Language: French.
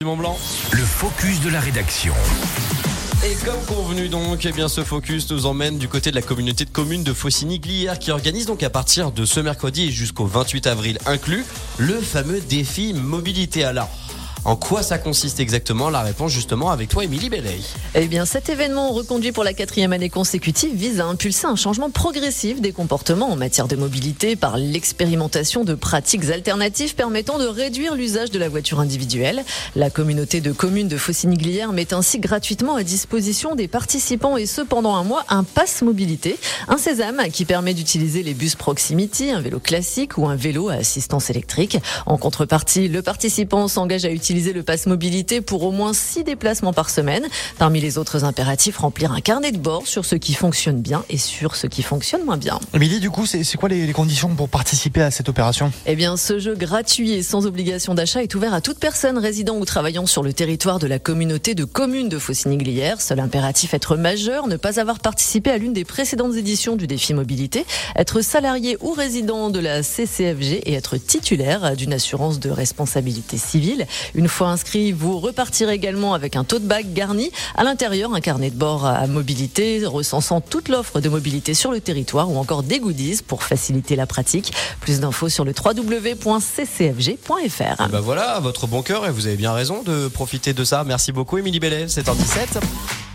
Mont-Blanc. Le focus de la rédaction. Et comme convenu donc, ce focus nous emmène du côté de la communauté de communes de Faucigny-Glières qui organise donc à partir de ce mercredi et jusqu'au 28 avril inclus, le fameux défi mobilité. Alors, en quoi ça consiste exactement? La réponse justement avec toi, Émilie Belley. Eh bien, cet événement reconduit pour la 4e année consécutive vise à impulser un changement progressif des comportements en matière de mobilité par l'expérimentation de pratiques alternatives permettant de réduire l'usage de la voiture individuelle. La communauté de communes de Faucigny-Glières met ainsi gratuitement à disposition des participants et ce pendant un mois un pass mobilité, un sésame qui permet d'utiliser les bus Proximity, un vélo classique ou un vélo à assistance électrique. En contrepartie, le participant s'engage à utiliser le pass mobilité pour au moins 6 déplacements par semaine. Parmi les autres impératifs, remplir un carnet de bord sur ce qui fonctionne bien et sur ce qui fonctionne moins bien. Émilie, du coup, c'est quoi les conditions pour participer à cette opération? Eh bien, ce jeu gratuit et sans obligation d'achat est ouvert à toute personne résidant ou travaillant sur le territoire de la communauté de communes de Faucigny-Glières. Seul impératif, être majeur, ne pas avoir participé à l'une des précédentes éditions du défi mobilité, être salarié ou résident de la CCFG et être titulaire d'une assurance de responsabilité civile. Une fois inscrit, vous repartirez également avec un tote bag garni. À l'intérieur, un carnet de bord à mobilité recensant toute l'offre de mobilité sur le territoire ou encore des goodies pour faciliter la pratique. Plus d'infos sur le www.ccfg.fr. Voilà, votre bon cœur et vous avez bien raison de profiter de ça. Merci beaucoup, Émilie Belley, 7h17.